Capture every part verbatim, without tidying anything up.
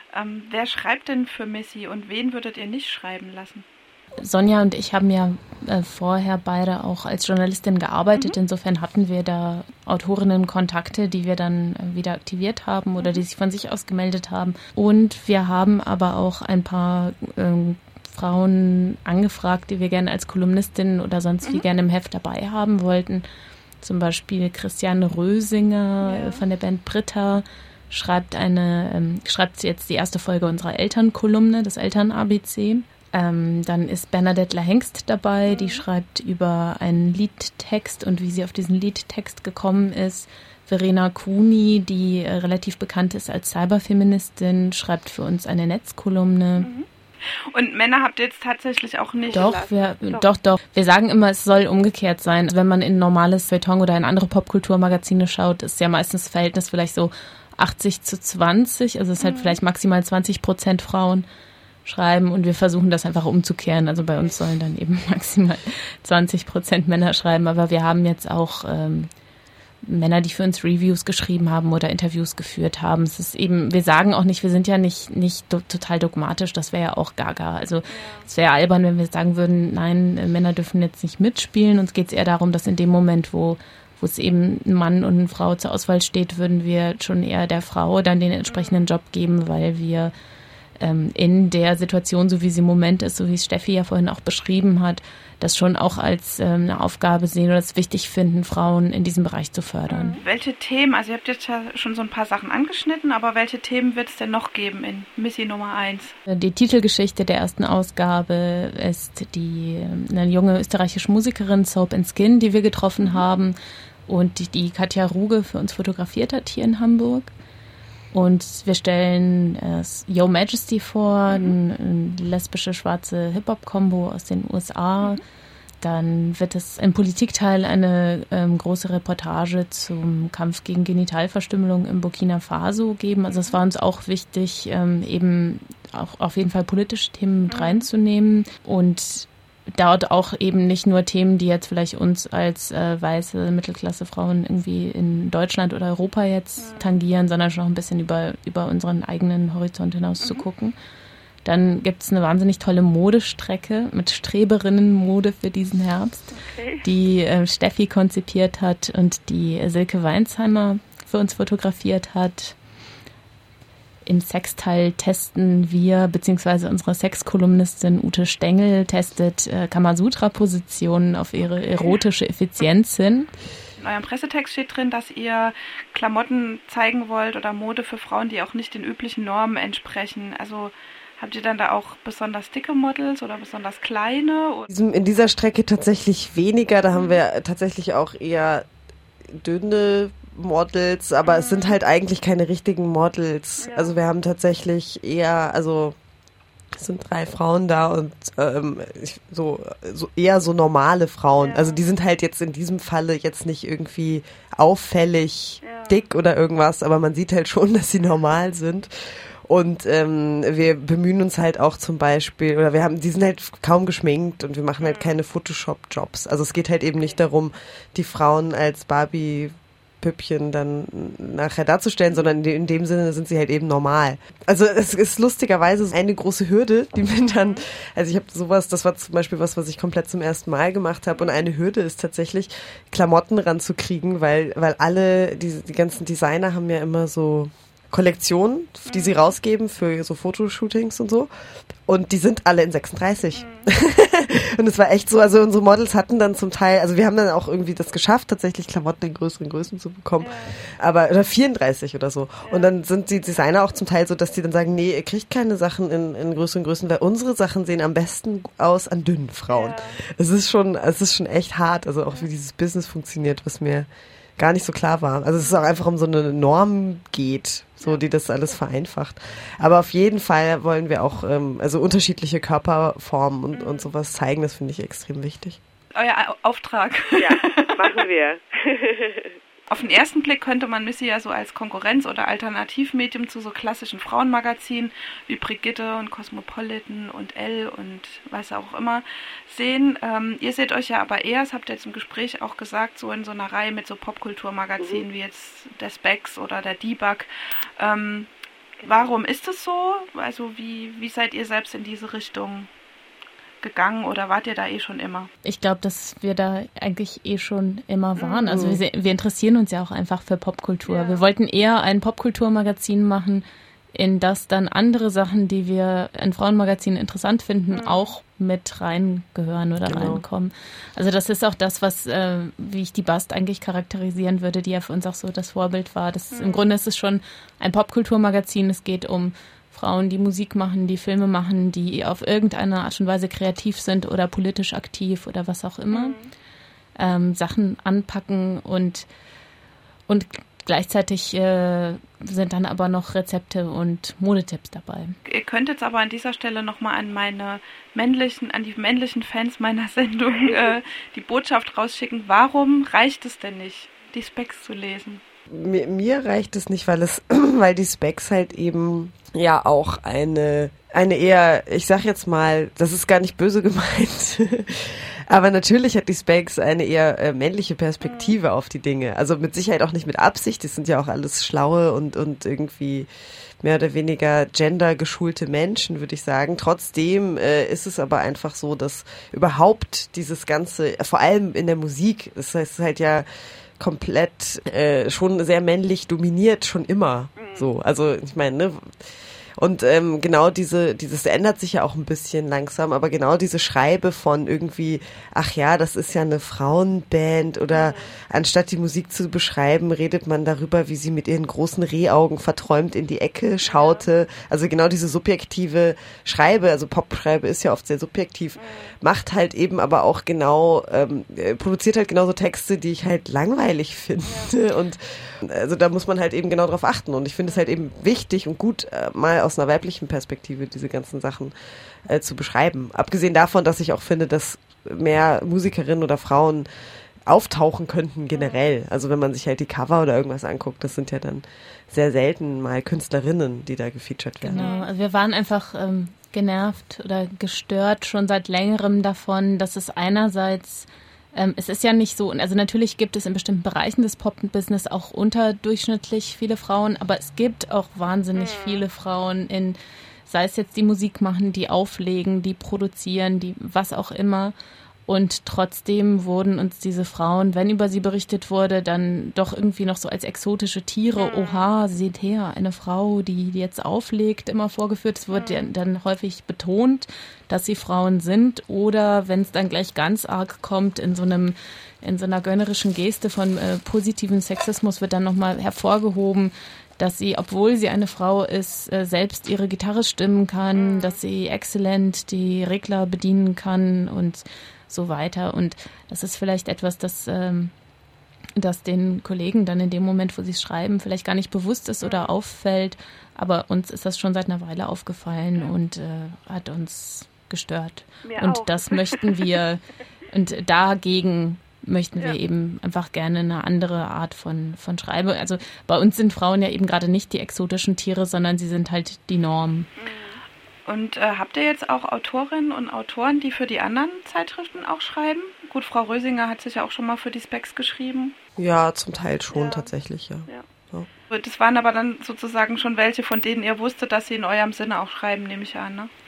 Ähm, wer schreibt denn für Missy und wen würdet ihr nicht schreiben lassen? Sonja und ich haben ja äh, vorher beide auch als Journalistin gearbeitet. Mhm. Insofern hatten wir da Autorinnen-Kontakte, die wir dann äh, wieder aktiviert haben oder mhm. die sich von sich aus gemeldet haben. Und wir haben aber auch ein paar äh, Frauen angefragt, die wir gerne als Kolumnistin oder sonst mhm. wie gerne im Heft dabei haben wollten. Zum Beispiel Christiane Rösinger ja. von der Band Britta schreibt eine, ähm, schreibt jetzt die erste Folge unserer Elternkolumne, das Eltern-A B C. Ähm, dann ist Bernadette Lahengst dabei, die schreibt über einen Liedtext und wie sie auf diesen Liedtext gekommen ist. Verena Kuni, die äh, relativ bekannt ist als Cyberfeministin, schreibt für uns eine Netzkolumne. Mhm. Und Männer habt ihr jetzt tatsächlich auch nicht? Doch, wir, doch. doch, doch. Wir sagen immer, es soll umgekehrt sein. Wenn man in normales Feuilleton oder in andere Popkulturmagazine schaut, ist ja meistens das Verhältnis vielleicht so achtzig zu zwanzig, also es ist halt mhm. vielleicht maximal zwanzig Prozent Frauen schreiben und wir versuchen das einfach umzukehren. Also bei uns sollen dann eben maximal zwanzig Prozent Männer schreiben, aber wir haben jetzt auch ähm, Männer, die für uns Reviews geschrieben haben oder Interviews geführt haben. Es ist eben, wir sagen auch nicht, wir sind ja nicht, nicht do- total dogmatisch, das wäre ja auch gaga. Also ja. es wäre albern, wenn wir sagen würden, nein, Männer dürfen jetzt nicht mitspielen. Uns geht es eher darum, dass in dem Moment, wo wo es eben ein Mann und eine Frau zur Auswahl steht, würden wir schon eher der Frau dann den entsprechenden Job geben, weil wir ähm, in der Situation, so wie sie im Moment ist, so wie es Steffi ja vorhin auch beschrieben hat, das schon auch als ähm, eine Aufgabe sehen oder es wichtig finden, Frauen in diesem Bereich zu fördern. Welche Themen, also ihr habt jetzt ja schon so ein paar Sachen angeschnitten, aber welche Themen wird es denn noch geben in Missy Nummer eins? Die Titelgeschichte der ersten Ausgabe ist die eine junge österreichische Musikerin, Soap and Skin, die wir getroffen mhm. haben und die, die Katja Ruge für uns fotografiert hat hier in Hamburg. Und wir stellen äh, Yo Majesty vor, mhm. eine, eine lesbische schwarze Hip-Hop-Kombo aus den U S A. Mhm. Dann wird es im Politikteil eine ähm, große Reportage zum Kampf gegen Genitalverstümmelung im Burkina Faso geben. Also es war uns auch wichtig, ähm, eben auch auf jeden Fall politische Themen mit reinzunehmen und dort auch eben nicht nur Themen, die jetzt vielleicht uns als äh, weiße Mittelklasse-Frauen irgendwie in Deutschland oder Europa jetzt ja. tangieren, sondern schon auch ein bisschen über, über unseren eigenen Horizont hinaus mhm. zu gucken. Dann gibt es eine wahnsinnig tolle Modestrecke mit Streberinnenmode für diesen Herbst, okay. die äh, Steffi konzipiert hat und die Silke Weinsheimer für uns fotografiert hat. Im Sexteil testen wir, beziehungsweise unsere Sexkolumnistin Ute Stengel testet äh, Kamasutra-Positionen auf ihre erotische Effizienz hin. In eurem Pressetext steht drin, dass ihr Klamotten zeigen wollt oder Mode für Frauen, die auch nicht den üblichen Normen entsprechen. Also habt ihr dann da auch besonders dicke Models oder besonders kleine? In dieser Strecke tatsächlich weniger. Da haben wir tatsächlich auch eher dünne Models, aber mhm. es sind halt eigentlich keine richtigen Models. Ja. Also wir haben tatsächlich eher, also es sind drei Frauen da und ähm, so, so eher so normale Frauen. Ja. Also die sind halt jetzt in diesem Falle jetzt nicht irgendwie auffällig ja. dick oder irgendwas, aber man sieht halt schon, dass sie normal sind. Und ähm, wir bemühen uns halt auch zum Beispiel, oder wir haben, die sind halt kaum geschminkt und wir machen halt keine Photoshop-Jobs. Also es geht halt eben nicht darum, die Frauen als Barbie Püppchen dann nachher darzustellen, sondern in dem Sinne sind sie halt eben normal. Also es ist lustigerweise eine große Hürde, die mir dann, also ich habe sowas, das war zum Beispiel was, was ich komplett zum ersten Mal gemacht habe und eine Hürde ist tatsächlich, Klamotten ranzukriegen, weil weil alle, die, die ganzen Designer haben ja immer so Kollektionen, die sie rausgeben für so Fotoshootings und so. Und die sind alle in sechsunddreißig. Mhm. Und es war echt so, also unsere Models hatten dann zum Teil, also wir haben dann auch irgendwie das geschafft, tatsächlich Klamotten in größeren Größen zu bekommen. Ja. Aber, oder vierunddreißig oder so. Ja. Und dann sind die Designer auch zum Teil so, dass die dann sagen, nee, ihr kriegt keine Sachen in, in größeren Größen, weil unsere Sachen sehen am besten aus an dünnen Frauen. Ja. Es ist schon, es ist schon echt hart, also auch wie dieses Business funktioniert, was mir gar nicht so klar war. Also es ist auch einfach um so eine Norm geht, so die das alles vereinfacht. Aber auf jeden Fall wollen wir auch ähm, also unterschiedliche Körperformen und, und sowas zeigen. Das finde ich extrem wichtig. Euer Auftrag. Ja, machen wir. Auf den ersten Blick könnte man Missy ja so als Konkurrenz- oder Alternativmedium zu so klassischen Frauenmagazinen wie Brigitte und Cosmopolitan und Elle und was auch immer sehen. Ähm, ihr seht euch ja aber eher, das habt ihr jetzt im Gespräch auch gesagt, so in so einer Reihe mit so Popkulturmagazinen mhm. wie jetzt der Specs oder der Debug. Ähm, Genau. Warum ist es so? Also wie, wie seid ihr selbst in diese Richtung gegangen oder wart ihr da eh schon immer? Ich glaube, dass wir da eigentlich eh schon immer waren. Mhm. Also wir, wir interessieren uns ja auch einfach für Popkultur. Ja. Wir wollten eher ein Popkulturmagazin machen, in das dann andere Sachen, die wir in Frauenmagazinen interessant finden, mhm. auch mit reingehören oder genau. reinkommen. Also das ist auch das, was, äh, wie ich die Bast eigentlich charakterisieren würde, die ja für uns auch so das Vorbild war. Das mhm. Im Grunde ist es schon ein Popkulturmagazin. Es geht um Frauen, die Musik machen, die Filme machen, die auf irgendeine Art und Weise kreativ sind oder politisch aktiv oder was auch immer. Mhm. Ähm, Sachen anpacken und, und gleichzeitig äh, sind dann aber noch Rezepte und Modetipps dabei. Ihr könnt jetzt aber an dieser Stelle nochmal an meine männlichen, an die männlichen Fans meiner Sendung äh, die Botschaft rausschicken. Warum reicht es denn nicht, die Specs zu lesen? Mir, mir reicht es nicht, weil es, weil die Specs halt eben ja auch eine, eine eher, ich sag jetzt mal, das ist gar nicht böse gemeint, aber natürlich hat die Specs eine eher äh, männliche Perspektive mhm. auf die Dinge. Also mit Sicherheit auch nicht mit Absicht, das sind ja auch alles schlaue und, und irgendwie mehr oder weniger gendergeschulte Menschen, würde ich sagen. Trotzdem äh, ist es aber einfach so, dass überhaupt dieses Ganze, vor allem in der Musik, das heißt halt ja komplett äh, schon sehr männlich dominiert, schon immer so. Also ich meine, ne? Und ähm, genau diese, dieses ändert sich ja auch ein bisschen langsam, aber genau diese Schreibe von irgendwie, ach ja, das ist ja eine Frauenband oder anstatt die Musik zu beschreiben, redet man darüber, wie sie mit ihren großen Rehaugen verträumt in die Ecke schaute. Also genau diese subjektive Schreibe, also Popschreibe ist ja oft sehr subjektiv, macht halt eben aber auch genau, ähm, produziert halt genauso Texte, die ich halt langweilig finde. Ja. Und also da muss man halt eben genau drauf achten. Und ich finde es halt eben wichtig und gut, äh, mal aus einer weiblichen Perspektive diese ganzen Sachen äh, zu beschreiben. Abgesehen davon, dass ich auch finde, dass mehr Musikerinnen oder Frauen auftauchen könnten generell. Also wenn man sich halt die Cover oder irgendwas anguckt, das sind ja dann sehr selten mal Künstlerinnen, die da gefeatured werden. Genau, also wir waren einfach ähm, genervt oder gestört schon seit längerem davon, dass es einerseits Ähm, es ist ja nicht so, also natürlich gibt es in bestimmten Bereichen des Pop-Business auch unterdurchschnittlich viele Frauen, aber es gibt auch wahnsinnig viele Frauen in, sei es jetzt die Musik machen, die auflegen, die produzieren, die was auch immer. Und trotzdem wurden uns diese Frauen, wenn über sie berichtet wurde, dann doch irgendwie noch so als exotische Tiere, oha, seht her, eine Frau, die jetzt auflegt, immer vorgeführt. Es wird dann häufig betont, dass sie Frauen sind. Oder wenn es dann gleich ganz arg kommt, in so einem, in so einer gönnerischen Geste von äh, positiven Sexismus wird dann nochmal hervorgehoben, dass sie, obwohl sie eine Frau ist, äh, selbst ihre Gitarre stimmen kann, dass sie exzellent die Regler bedienen kann und so weiter. Und das ist vielleicht etwas, das, ähm, das den Kollegen dann in dem Moment, wo sie es schreiben, vielleicht gar nicht bewusst ist oder auffällt. Aber uns ist das schon seit einer Weile aufgefallen und äh, hat uns gestört. Mir und auch. Das möchten wir, und dagegen möchten wir ja. eben einfach gerne eine andere Art von, von Schreibe. Also bei uns sind Frauen ja eben gerade nicht die exotischen Tiere, sondern sie sind halt die Norm. Und äh, habt ihr jetzt auch Autorinnen und Autoren, die für die anderen Zeitschriften auch schreiben? Gut, Frau Rösinger hat sich ja auch schon mal für die Specs geschrieben. Ja, zum Teil schon ja. tatsächlich, ja. ja. ja. Das waren aber dann sozusagen schon welche, von denen ihr wusstet, dass sie in eurem Sinne auch schreiben, nehme ich an, ne?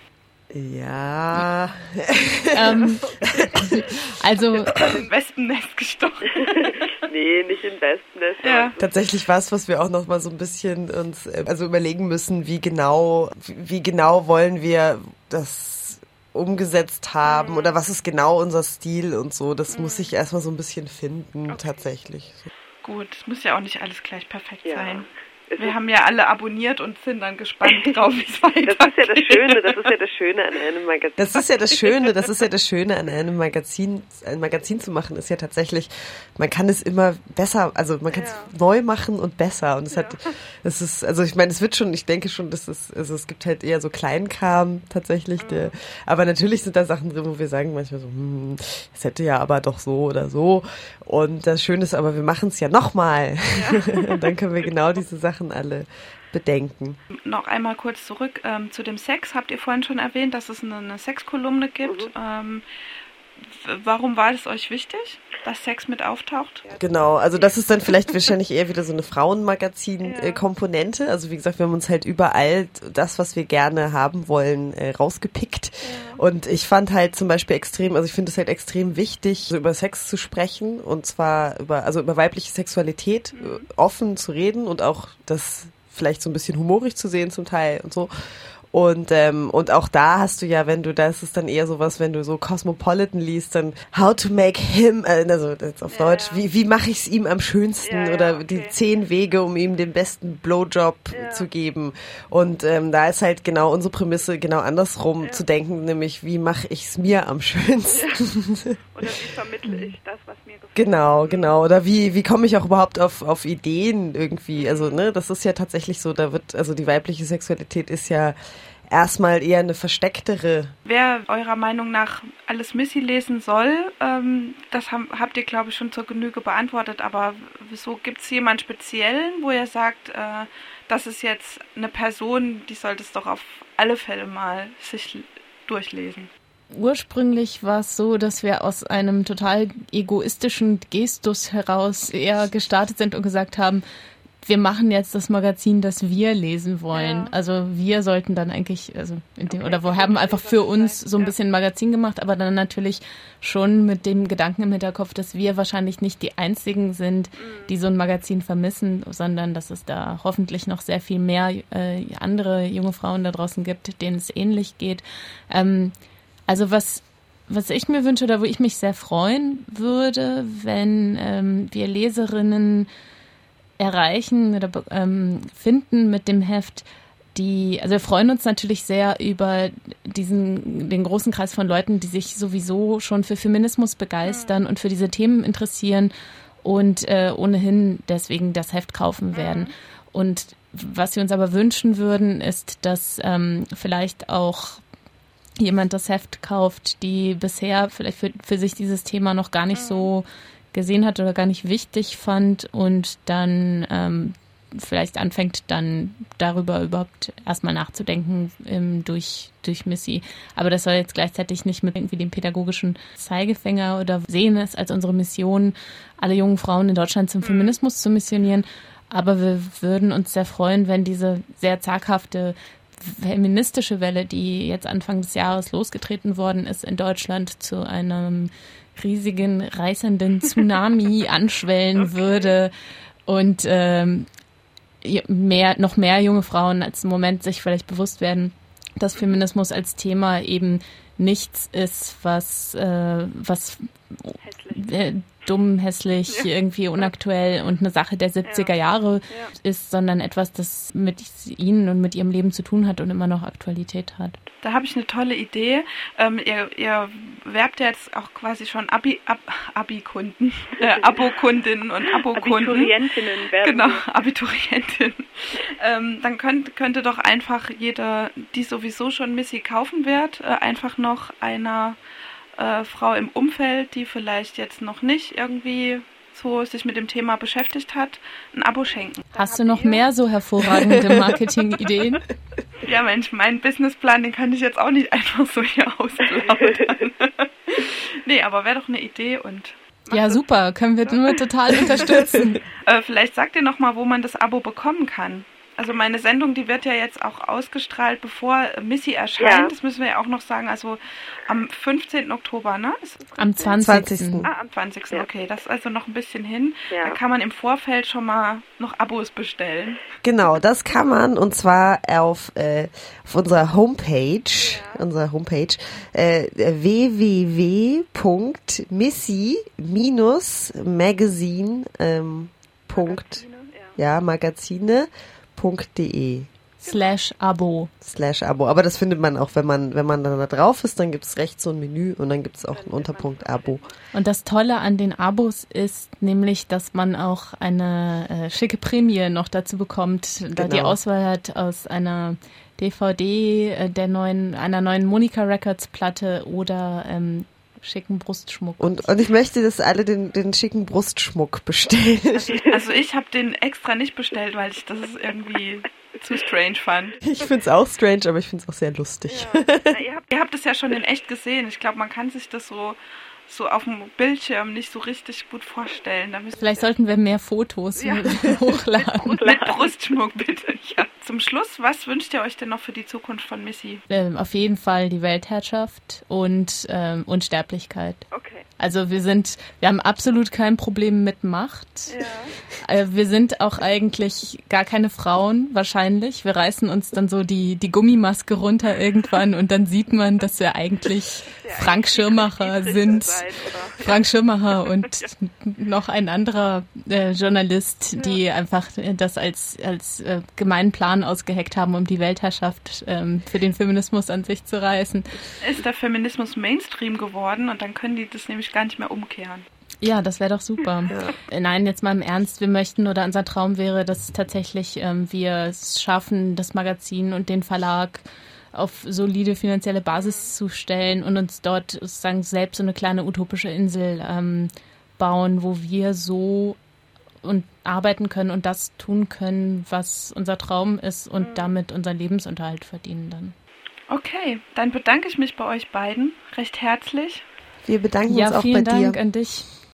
Ja. ähm, also im Wespennest gestochen. Nee, nicht im Wespennest. Ja. Tatsächlich was, was wir auch noch mal so ein bisschen uns also überlegen müssen, wie genau, wie genau wollen wir das umgesetzt haben mhm. oder was ist genau unser Stil und so. Das mhm. muss ich erstmal so ein bisschen finden, okay. tatsächlich. Gut, es muss ja auch nicht alles gleich perfekt ja. sein. Wir haben ja alle abonniert und sind dann gespannt drauf, wie es weitergeht. Das ist ja das Schöne, das ist ja das Schöne an einem Magazin. Das ist ja das Schöne, das ist ja das Schöne an einem Magazin, ein Magazin zu machen, ist ja tatsächlich, man kann es immer besser, also man kann es ja. neu machen und besser. Und es ja. hat, es ist, also ich meine, es wird schon, ich denke schon, dass es, also es gibt halt eher so Kleinkram tatsächlich, der, mhm. aber natürlich sind da Sachen drin, wo wir sagen manchmal so, hm, es hätte ja aber doch so oder so. Und das Schöne ist aber, wir machen es ja nochmal. Ja. Und dann können wir genau diese Sachen alle bedenken. Noch einmal kurz zurück ähm, zu dem Sex. Habt ihr vorhin schon erwähnt, dass es eine, eine Sexkolumne gibt. Mhm. Ähm, w- warum war das euch wichtig? dass Sex mit auftaucht? Genau, also das ist dann vielleicht wahrscheinlich eher wieder so eine Frauenmagazin-Komponente. Also wie gesagt, wir haben uns halt überall das, was wir gerne haben wollen, äh, rausgepickt. Ja. Und ich fand halt zum Beispiel extrem, also ich finde es halt extrem wichtig, so über Sex zu sprechen und zwar über, also über weibliche Sexualität mhm. offen zu reden und auch das vielleicht so ein bisschen humorig zu sehen zum Teil und so. Und ähm, und auch da hast du ja, wenn du, da ist es dann eher sowas, wenn du so Cosmopolitan liest, dann how to make him, äh, also jetzt auf ja, Deutsch, ja. wie wie mache ich es ihm am schönsten ja, oder ja, okay. die zehn Wege, um ihm den besten Blowjob ja. zu geben. Und ähm, da ist halt genau unsere Prämisse genau andersrum ja. zu denken, nämlich wie mache ich es mir am schönsten. Ja. Oder wie vermittle ich das, was mir gefällt. Genau, genau. Oder wie wie komme ich auch überhaupt auf auf Ideen irgendwie? Also ne, das ist ja tatsächlich so, da wird, also die weibliche Sexualität ist ja erstmal eher eine verstecktere. Wer eurer Meinung nach alles Missy lesen soll, ähm, das haben, habt ihr, glaube ich, schon zur Genüge beantwortet, aber wieso gibt es jemanden Speziellen, wo ihr sagt, äh, das ist jetzt eine Person, die sollte es doch auf alle Fälle mal sich durchlesen? Ursprünglich war es so, dass wir aus einem total egoistischen Gestus heraus eher gestartet sind und gesagt haben, wir machen jetzt das Magazin, das wir lesen wollen. Ja. Also wir sollten dann eigentlich, also in dem, okay. oder wir haben einfach für uns so ein bisschen ein Magazin gemacht, aber dann natürlich schon mit dem Gedanken im Hinterkopf, dass wir wahrscheinlich nicht die Einzigen sind, die so ein Magazin vermissen, sondern dass es da hoffentlich noch sehr viel mehr äh, andere junge Frauen da draußen gibt, denen es ähnlich geht. Ähm, also was was ich mir wünsche oder wo ich mich sehr freuen würde, wenn ähm, wir Leserinnen erreichen oder ähm, finden mit dem Heft, die, also wir freuen uns natürlich sehr über diesen, den großen Kreis von Leuten, die sich sowieso schon für Feminismus begeistern mhm. und für diese Themen interessieren und äh, ohnehin deswegen das Heft kaufen werden. Mhm. Und was wir uns aber wünschen würden, ist, dass ähm, vielleicht auch jemand das Heft kauft, die bisher vielleicht für, für sich dieses Thema noch gar nicht mhm. so gesehen hat oder gar nicht wichtig fand und dann ähm, vielleicht anfängt dann darüber überhaupt erstmal nachzudenken ähm, durch, durch Missy. Aber das soll jetzt gleichzeitig nicht mit irgendwie dem pädagogischen Zeigefinger oder sehen es als unsere Mission, alle jungen Frauen in Deutschland zum Feminismus zu missionieren. Aber wir würden uns sehr freuen, wenn diese sehr zaghafte feministische Welle, die jetzt Anfang des Jahres losgetreten worden ist in Deutschland, zu einem riesigen, reißenden Tsunami anschwellen okay. würde und ähm, mehr, noch mehr junge Frauen als im Moment sich vielleicht bewusst werden, dass Feminismus als Thema eben nichts ist, was, äh, was äh, dumm, hässlich, ja. irgendwie unaktuell und eine Sache der siebziger Jahre ja. ist, sondern etwas, das mit ihnen und mit ihrem Leben zu tun hat und immer noch Aktualität hat. Da habe ich eine tolle Idee. Ähm, ihr, ihr werbt ja jetzt auch quasi schon Abi, Ab, Abi-Kunden, äh, Abo-Kundinnen und Abo-Kunden. Abiturientinnen werden. Genau, Abiturientinnen. Ähm, dann könnt, könnte doch einfach jeder, die sowieso schon Missy kaufen wird, äh, einfach noch einer äh, Frau im Umfeld, die vielleicht jetzt noch nicht irgendwie so sich mit dem Thema beschäftigt hat, ein Abo schenken. Hast du noch mehr so hervorragende Marketing-Ideen? Ja, Mensch, meinen Businessplan, den kann ich jetzt auch nicht einfach so hier ausplaudern. Nee, aber wäre doch eine Idee und... Ja, super, können wir nur total unterstützen. äh, vielleicht sagt ihr nochmal, wo man das Abo bekommen kann. Also meine Sendung, die wird ja jetzt auch ausgestrahlt, bevor Missy erscheint. Ja. Das müssen wir ja auch noch sagen. Also am fünfzehnten Oktober, ne? Am zwanzigsten Ah, am zwanzigsten Ja. Okay, das ist also noch ein bisschen hin. Ja. Da kann man im Vorfeld schon mal noch Abos bestellen. Genau, das kann man und zwar auf, äh, auf unserer Homepage, ja. unserer Homepage äh, w w w punkt missy magazine ähm, Punkt, ja, Magazine. .de Slash Abo. Slash Abo. Aber das findet man auch, wenn man, wenn man dann da drauf ist, dann gibt es rechts so ein Menü und dann gibt es auch einen Unterpunkt Abo. Und das Tolle an den Abos ist nämlich, dass man auch eine äh, schicke Prämie noch dazu bekommt, genau. da die Auswahl hat aus einer D V D, äh, der neuen, einer neuen Monika Records Platte oder ähm, schicken Brustschmuck. Und, und ich möchte, dass alle den, den schicken Brustschmuck bestellen. Also ich habe den extra nicht bestellt, weil ich das irgendwie zu strange fand. Ich finde es auch strange, aber ich finde es auch sehr lustig. Ja. Na, ihr habt, ihr habt es ja schon in echt gesehen. Ich glaube, man kann sich das so, so auf dem Bildschirm nicht so richtig gut vorstellen. Da Vielleicht sollten wir mehr Fotos ja. hochladen. Mit, mit Brustschmuck, bitte. Ja. Zum Schluss, was wünscht ihr euch denn noch für die Zukunft von Missy? Ähm, auf jeden Fall die Weltherrschaft und ähm, Unsterblichkeit. Okay. Also wir sind, wir haben absolut kein Problem mit Macht. Ja. Äh, wir sind auch eigentlich gar keine Frauen, wahrscheinlich. Wir reißen uns dann so die, die Gummimaske runter irgendwann und dann sieht man, dass wir eigentlich ja, Frank Schirmacher sind. Sein, Frank Schirmacher und noch ein anderer äh, Journalist, ja. die einfach das als, als äh, gemeinen Plan ausgeheckt haben, um die Weltherrschaft ähm, für den Feminismus an sich zu reißen. Ist der Feminismus Mainstream geworden und dann können die das nämlich gar nicht mehr umkehren. Ja, das wäre doch super. Ja. Nein, jetzt mal im Ernst, wir möchten oder unser Traum wäre, dass tatsächlich ähm, wir es schaffen, das Magazin und den Verlag auf solide finanzielle Basis zu stellen und uns dort sozusagen selbst so eine kleine utopische Insel ähm, bauen, wo wir so und arbeiten können und das tun können, was unser Traum ist und mhm. damit unseren Lebensunterhalt verdienen dann. Okay, dann bedanke ich mich bei euch beiden recht herzlich. Wir bedanken ja, uns auch bei dir. Ja, vielen dir. Dank an dich.